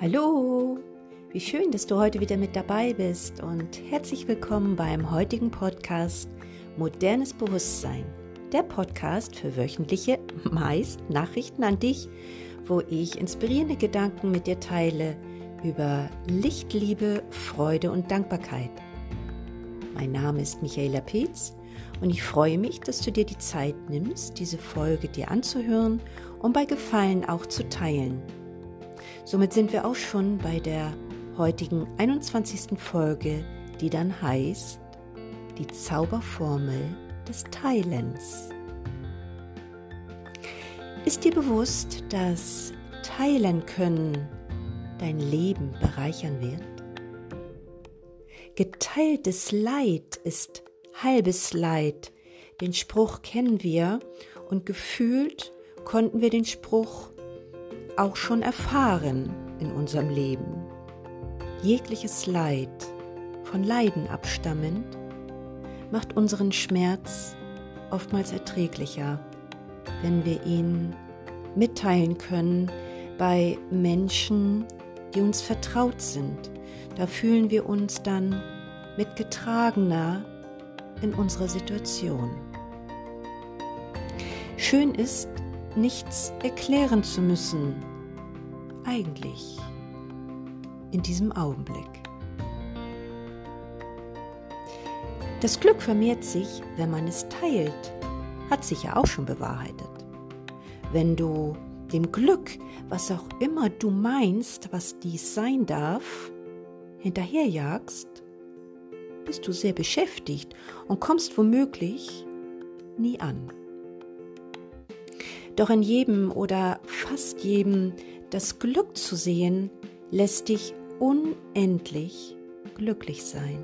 Hallo, wie schön, dass du heute wieder mit dabei bist und herzlich willkommen beim heutigen Podcast Modernes Bewusstsein, der Podcast für wöchentliche, meist Nachrichten an dich, wo ich inspirierende Gedanken mit dir teile über Licht, Liebe, Freude und Dankbarkeit. Mein Name ist Michaela Peetz und ich freue mich, dass du dir die Zeit nimmst, diese Folge dir anzuhören und bei Gefallen auch zu teilen. Somit sind wir auch schon bei der heutigen 21. Folge, die dann heißt, die Zauberformel des Teilens. Ist dir bewusst, dass Teilen können dein Leben bereichern wird? Geteiltes Leid ist halbes Leid. Den Spruch kennen wir und gefühlt konnten wir den Spruch auch schon erfahren in unserem Leben. Jegliches Leid, von Leiden abstammend, macht unseren Schmerz oftmals erträglicher, wenn wir ihn mitteilen können bei Menschen, die uns vertraut sind. Da fühlen wir uns dann mitgetragener in unserer Situation. Schön ist, nichts erklären zu müssen, eigentlich in diesem Augenblick. Das Glück vermehrt sich, wenn man es teilt, hat sich ja auch schon bewahrheitet. Wenn du dem Glück, was auch immer du meinst, was dies sein darf, hinterherjagst, bist du sehr beschäftigt und kommst womöglich nie an. Doch in jedem oder fast jedem das Glück zu sehen, lässt dich unendlich glücklich sein.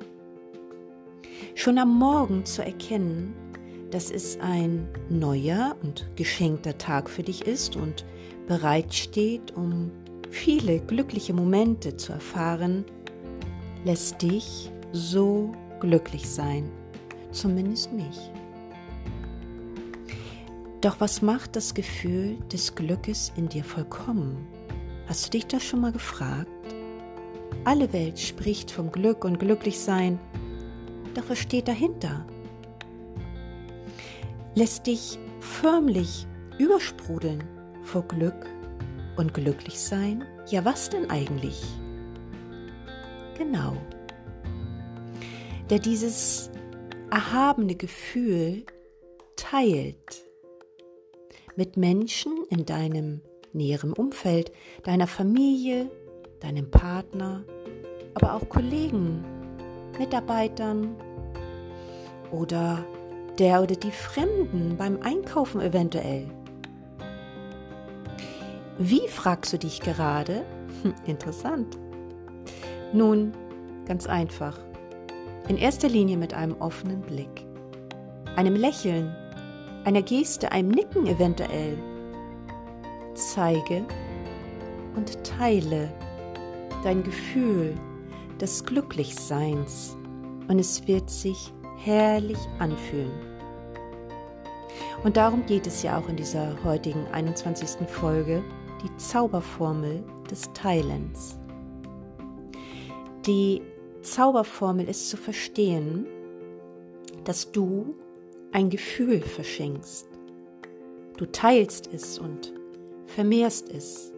Schon am Morgen zu erkennen, dass es ein neuer und geschenkter Tag für dich ist und bereitsteht, um viele glückliche Momente zu erfahren, lässt dich so glücklich sein, zumindest mich. Doch was macht das Gefühl des Glückes in dir vollkommen? Hast du dich das schon mal gefragt? Alle Welt spricht vom Glück und Glücklichsein, doch was steht dahinter? Lässt dich förmlich übersprudeln vor Glück und Glücklichsein? Ja, was denn eigentlich? Genau. Der dieses erhabene Gefühl teilt mit Menschen in deinem näheren Umfeld, deiner Familie, deinem Partner, aber auch Kollegen, Mitarbeitern oder der oder die Fremden beim Einkaufen eventuell. Wie, fragst du dich gerade? Interessant. Nun, ganz einfach. In erster Linie mit einem offenen Blick, einem Lächeln, einer Geste, einem Nicken eventuell. Zeige und teile dein Gefühl des Glücklichseins und es wird sich herrlich anfühlen. Und darum geht es ja auch in dieser heutigen 21. Folge, die Zauberformel des Teilens. Die Zauberformel ist zu verstehen, dass du ein Gefühl verschenkst. Du teilst es und vermehrst es.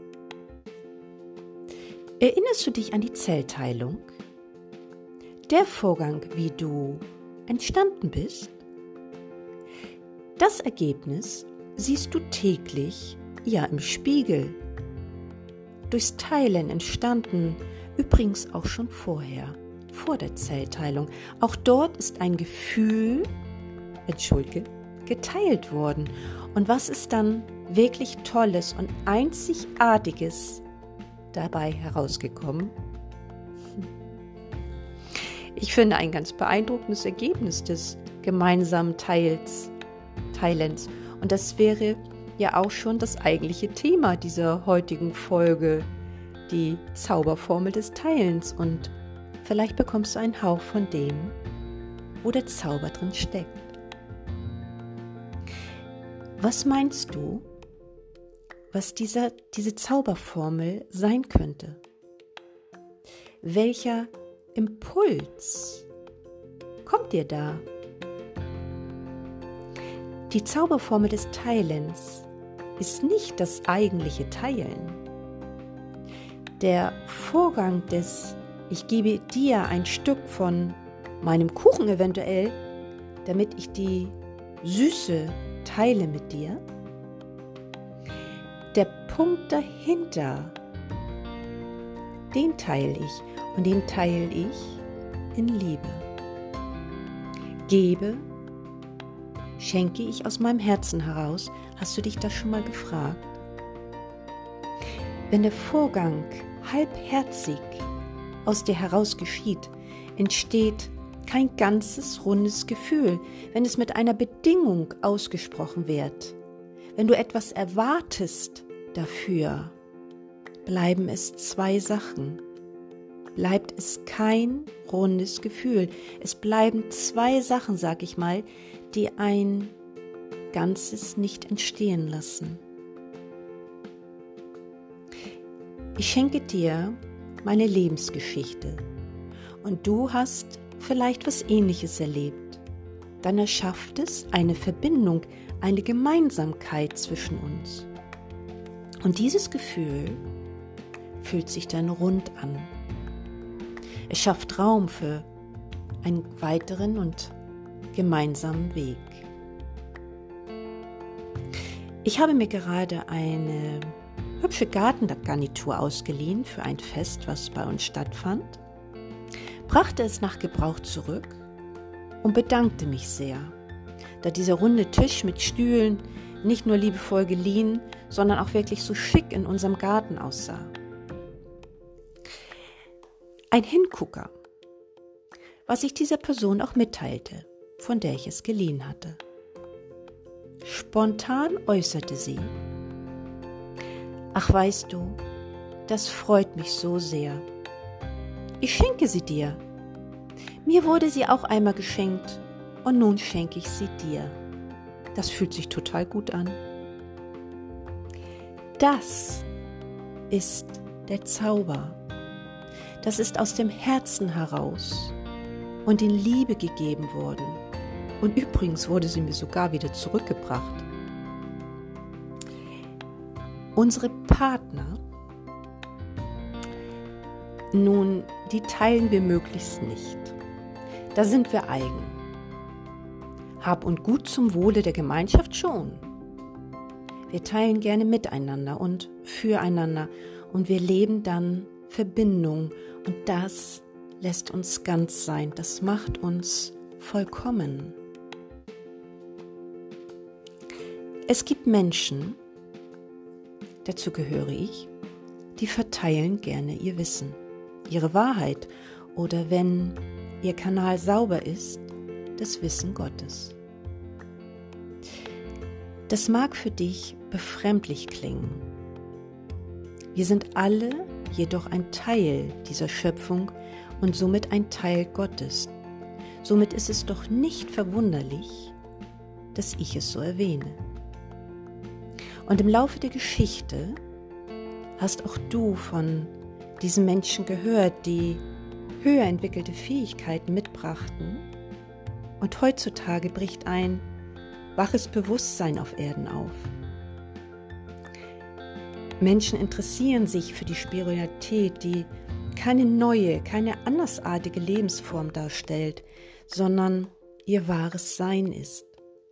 Erinnerst du dich an die Zellteilung? Der Vorgang, wie du entstanden bist? Das Ergebnis siehst du täglich, ja im Spiegel. Durchs Teilen entstanden, übrigens auch schon vorher, vor der Zellteilung. Auch dort ist ein Gefühl, geteilt worden. Und was ist dann wirklich Tolles und Einzigartiges dabei herausgekommen? Ich finde ein ganz beeindruckendes Ergebnis des gemeinsamen Teilens. Und das wäre ja auch schon das eigentliche Thema dieser heutigen Folge, die Zauberformel des Teilens. Und vielleicht bekommst du einen Hauch von dem, wo der Zauber drin steckt. Was meinst du, was diese Zauberformel sein könnte. Welcher Impuls kommt dir da? Die Zauberformel des Teilens ist nicht das eigentliche Teilen. Der Vorgang des Ich gebe dir ein Stück von meinem Kuchen eventuell, damit ich die Süße teile mit dir. Der Punkt dahinter, den teile ich und den teile ich in Liebe. Gebe, schenke ich aus meinem Herzen heraus. Hast du dich das schon mal gefragt? Wenn der Vorgang halbherzig aus dir heraus geschieht, entsteht kein ganzes, rundes Gefühl, wenn es mit einer Bedingung ausgesprochen wird. Wenn du etwas erwartest dafür, bleiben es zwei Sachen. Bleibt es kein rundes Gefühl. Es bleiben zwei Sachen, sag ich mal, die ein Ganzes nicht entstehen lassen. Ich schenke dir meine Lebensgeschichte und du hast vielleicht was Ähnliches erlebt. Dann erschafft es eine Verbindung, eine Gemeinsamkeit zwischen uns. Und dieses Gefühl fühlt sich dann rund an. Es schafft Raum für einen weiteren und gemeinsamen Weg. Ich habe mir gerade eine hübsche Gartengarnitur ausgeliehen für ein Fest, was bei uns stattfand, brachte es nach Gebrauch zurück und bedankte mich sehr, da dieser runde Tisch mit Stühlen nicht nur liebevoll geliehen, sondern auch wirklich so schick in unserem Garten aussah. Ein Hingucker, was ich dieser Person auch mitteilte, von der ich es geliehen hatte. Spontan äußerte sie: Ach, weißt du, das freut mich so sehr. Ich schenke sie dir. Mir wurde sie auch einmal geschenkt und nun schenke ich sie dir. Das fühlt sich total gut an. Das ist der Zauber. Das ist aus dem Herzen heraus und in Liebe gegeben worden. Und übrigens wurde sie mir sogar wieder zurückgebracht. Unsere Partner, nun, die teilen wir möglichst nicht. Da sind wir eigen. Hab und Gut zum Wohle der Gemeinschaft schon. Wir teilen gerne miteinander und füreinander und wir leben dann Verbindung und das lässt uns ganz sein. Das macht uns vollkommen. Es gibt Menschen, dazu gehöre ich, die verteilen gerne ihr Wissen, ihre Wahrheit oder wenn ihr Kanal sauber ist, das Wissen Gottes. Das mag für dich befremdlich klingen. Wir sind alle jedoch ein Teil dieser Schöpfung und somit ein Teil Gottes. Somit ist es doch nicht verwunderlich, dass ich es so erwähne. Und im Laufe der Geschichte hast auch du von diesen Menschen gehört, die höher entwickelte Fähigkeiten mitbrachten. Und heutzutage bricht ein waches Bewusstsein auf Erden auf. Menschen interessieren sich für die Spiritualität, die keine neue, keine andersartige Lebensform darstellt, sondern ihr wahres Sein ist.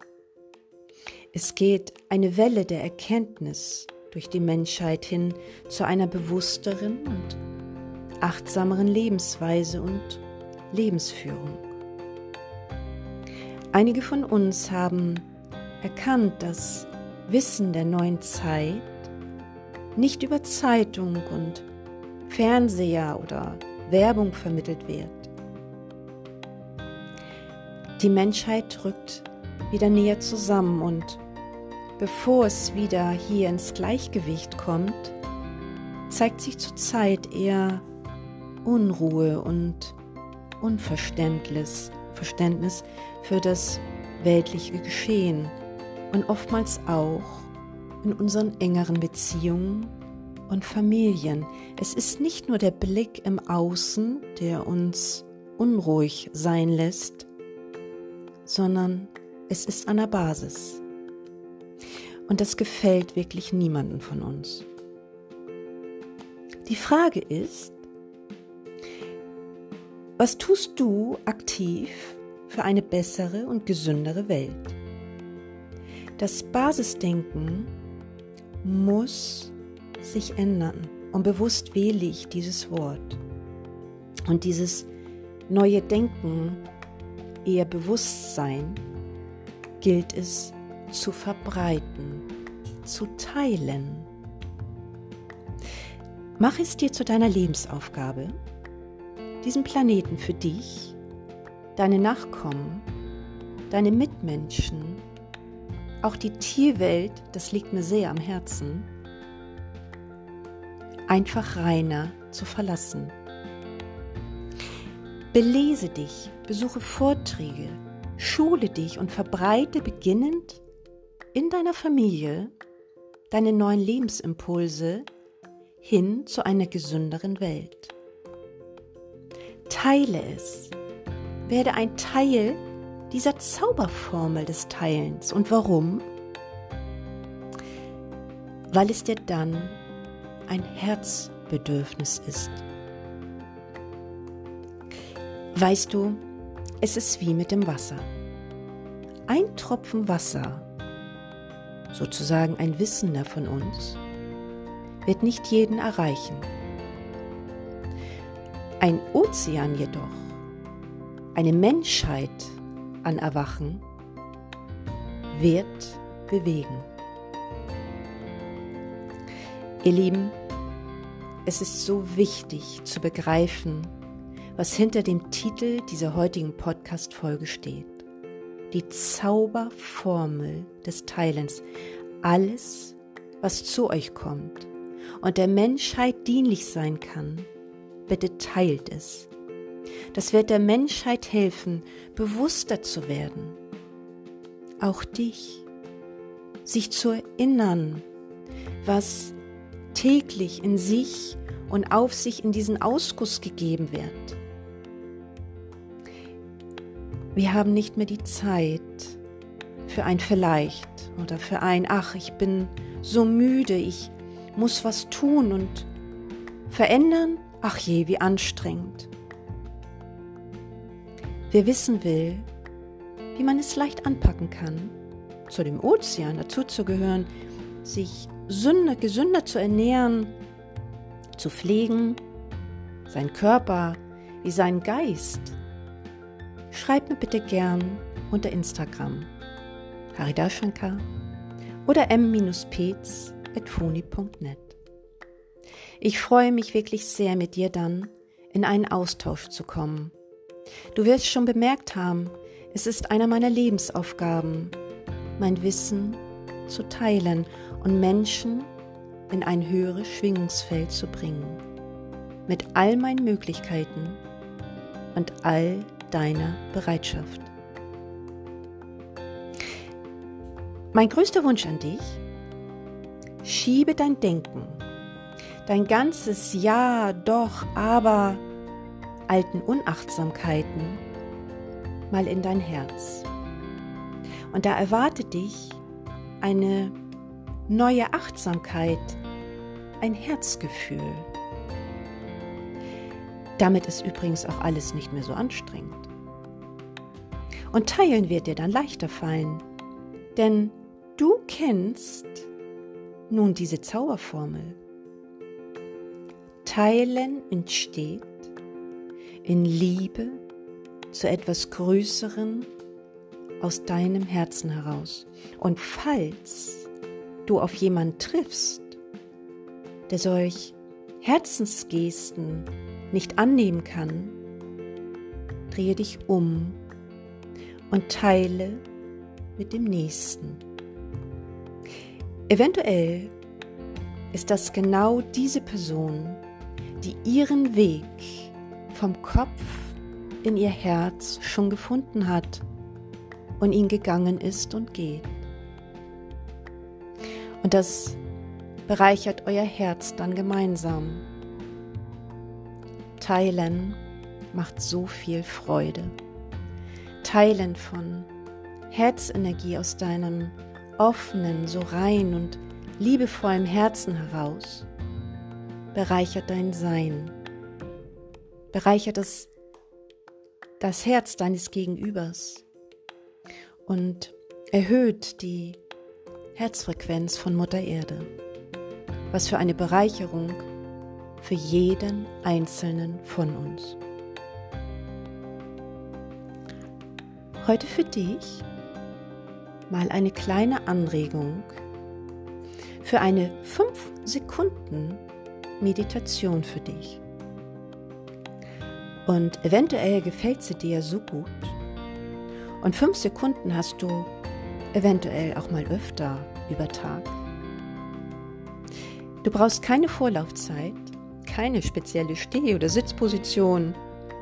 Es geht eine Welle der Erkenntnis durch die Menschheit hin zu einer bewussteren und achtsameren Lebensweise und Lebensführung. Einige von uns haben erkannt, dass Wissen der neuen Zeit nicht über Zeitung und Fernseher oder Werbung vermittelt wird. Die Menschheit rückt wieder näher zusammen und bevor es wieder hier ins Gleichgewicht kommt, zeigt sich zurzeit eher Unruhe und Unverständnis für das weltliche Geschehen und oftmals auch in unseren engeren Beziehungen und Familien. Es ist nicht nur der Blick im Außen, der uns unruhig sein lässt, sondern es ist an der Basis. Und das gefällt wirklich niemandem von uns. Die Frage ist, was tust du aktiv für eine bessere und gesündere Welt? Das Basisdenken muss sich ändern und bewusst wähle ich dieses Wort. Und dieses neue Denken, eher Bewusstsein, gilt es zu verbreiten, zu teilen. Mach es dir zu deiner Lebensaufgabe, diesen Planeten für dich, deine Nachkommen, deine Mitmenschen, auch die Tierwelt, das liegt mir sehr am Herzen, einfach reiner zu verlassen. Belese dich, besuche Vorträge, schule dich und verbreite beginnend in deiner Familie deine neuen Lebensimpulse hin zu einer gesünderen Welt. Teile es. Werde ein Teil dieser Zauberformel des Teilens. Und warum? Weil es dir dann ein Herzbedürfnis ist. Weißt du, es ist wie mit dem Wasser. Ein Tropfen Wasser, sozusagen ein Wissender von uns, wird nicht jeden erreichen. Ein Ozean jedoch, eine Menschheit an Erwachen, wird bewegen. Ihr Lieben, es ist so wichtig zu begreifen, was hinter dem Titel dieser heutigen Podcast-Folge steht. Die Zauberformel des Teilens. Alles, was zu euch kommt und der Menschheit dienlich sein kann, bitte teilt es. Das wird der Menschheit helfen, bewusster zu werden. Auch dich, sich zu erinnern, was täglich in sich und auf sich in diesen Ausguss gegeben wird. Wir haben nicht mehr die Zeit für ein Vielleicht oder für ein Ach, ich bin so müde, ich muss was tun und verändern, ach je, wie anstrengend. Wer wissen will, wie man es leicht anpacken kann, zu dem Ozean dazu zu gehören, sich gesünder zu ernähren, zu pflegen, seinen Körper wie seinen Geist, schreib mir bitte gern unter Instagram Haridashankar oder m-pets@funi.net. Ich freue mich wirklich sehr, mit dir dann in einen Austausch zu kommen. Du wirst schon bemerkt haben, es ist einer meiner Lebensaufgaben, mein Wissen zu teilen und Menschen in ein höheres Schwingungsfeld zu bringen. Mit all meinen Möglichkeiten und all deiner Bereitschaft. Mein größter Wunsch an dich: schiebe dein Denken, dein ganzes Ja, doch, aber alten Unachtsamkeiten mal in dein Herz. Und da erwartet dich eine neue Achtsamkeit, ein Herzgefühl. Damit ist übrigens auch alles nicht mehr so anstrengend. Und teilen wird dir dann leichter fallen, denn du kennst nun diese Zauberformel. Teilen entsteht in Liebe zu etwas Größerem aus deinem Herzen heraus. Und falls du auf jemanden triffst, der solch Herzensgesten nicht annehmen kann, drehe dich um und teile mit dem Nächsten. Eventuell ist das genau diese Person, die ihren Weg vom Kopf in ihr Herz schon gefunden hat und ihn gegangen ist und geht. Und das bereichert euer Herz dann gemeinsam. Teilen macht so viel Freude. Teilen von Herzenergie aus deinem offenen, so rein und liebevollen Herzen heraus bereichert dein Sein, bereichert das Herz deines Gegenübers und erhöht die Herzfrequenz von Mutter Erde. Was für eine Bereicherung für jeden Einzelnen von uns. Heute für dich mal eine kleine Anregung für eine 5 Sekunden Meditation für dich. Und eventuell gefällt sie dir so gut. Und 5 Sekunden hast du eventuell auch mal öfter über Tag. Du brauchst keine Vorlaufzeit, keine spezielle Steh- oder Sitzposition.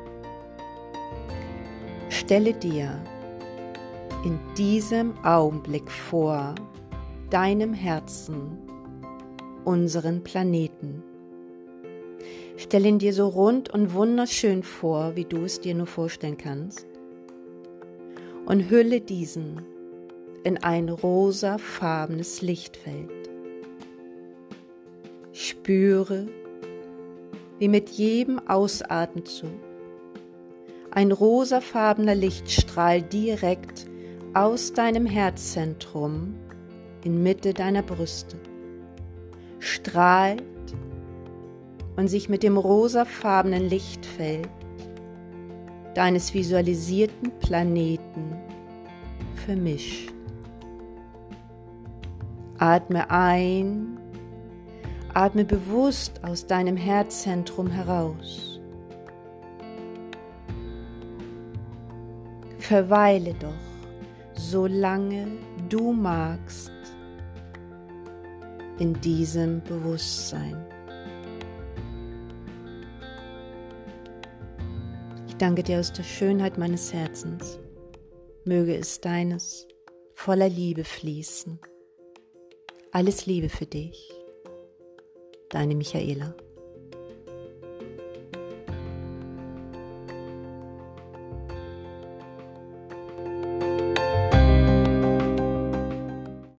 Stelle dir in diesem Augenblick vor deinem Herzen unseren Planeten. Stell ihn dir so rund und wunderschön vor, wie du es dir nur vorstellen kannst, und hülle diesen in ein rosafarbenes Lichtfeld. Spüre, wie mit jedem Ausatemzug ein rosafarbener Lichtstrahl direkt aus deinem Herzzentrum in Mitte deiner Brüste strahlt und sich mit dem rosafarbenen Lichtfeld deines visualisierten Planeten vermischt. Atme ein, atme bewusst aus deinem Herzzentrum heraus. Verweile doch, solange du magst, in diesem Bewusstsein. Ich danke dir aus der Schönheit meines Herzens. Möge es deines voller Liebe fließen. Alles Liebe für dich. Deine Michaela.